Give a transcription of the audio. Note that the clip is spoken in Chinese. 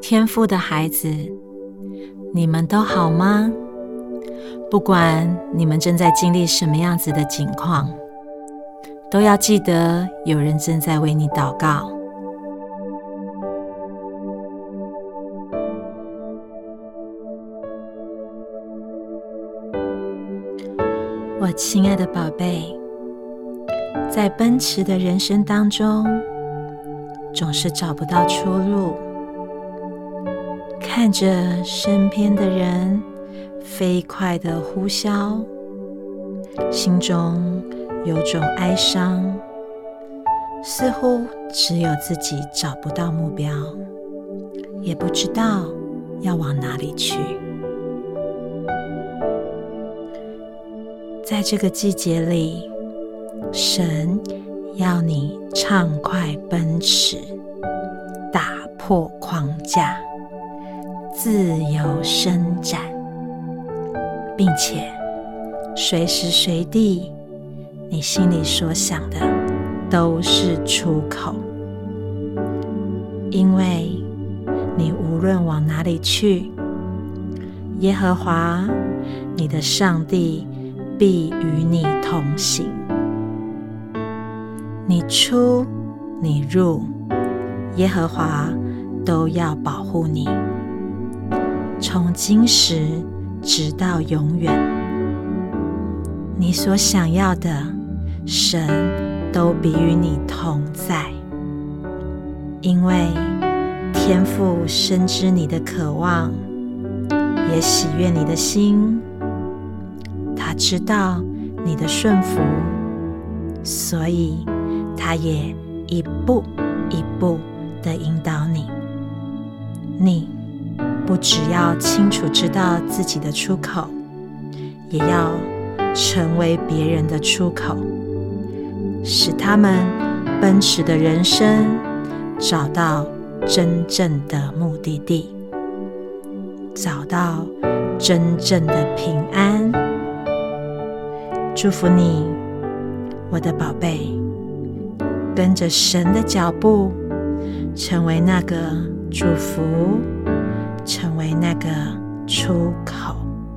天父的孩子，你们都好吗？不管你们正在经历什么样子的境况，都要记得有人正在为你祷告。我亲爱的宝贝，在奔驰的人生当中，总是找不到出路，看着身边的人飞快地呼啸，心中有种哀伤，似乎只有自己找不到目标，也不知道要往哪里去。在这个季节里，神要你畅快奔驰，打破框架，自由伸展，并且随时随地你心里所想的都是出口，因为你无论往哪里去，耶和华你的上帝必与你同行。你出你入，耶和华都要保护你，从今时直到永远。你所想要的，神都必与你同在，因为天父深知你的渴望，也喜悦你的心，他知道你的顺服，所以他也一步一步地引导你。你不只要清楚知道自己的出口，也要成为别人的出口，使他们奔驰的人生找到真正的目的地，找到真正的平安。祝福你，我的宝贝，跟着神的脚步，成为那个祝福，成为那个出口。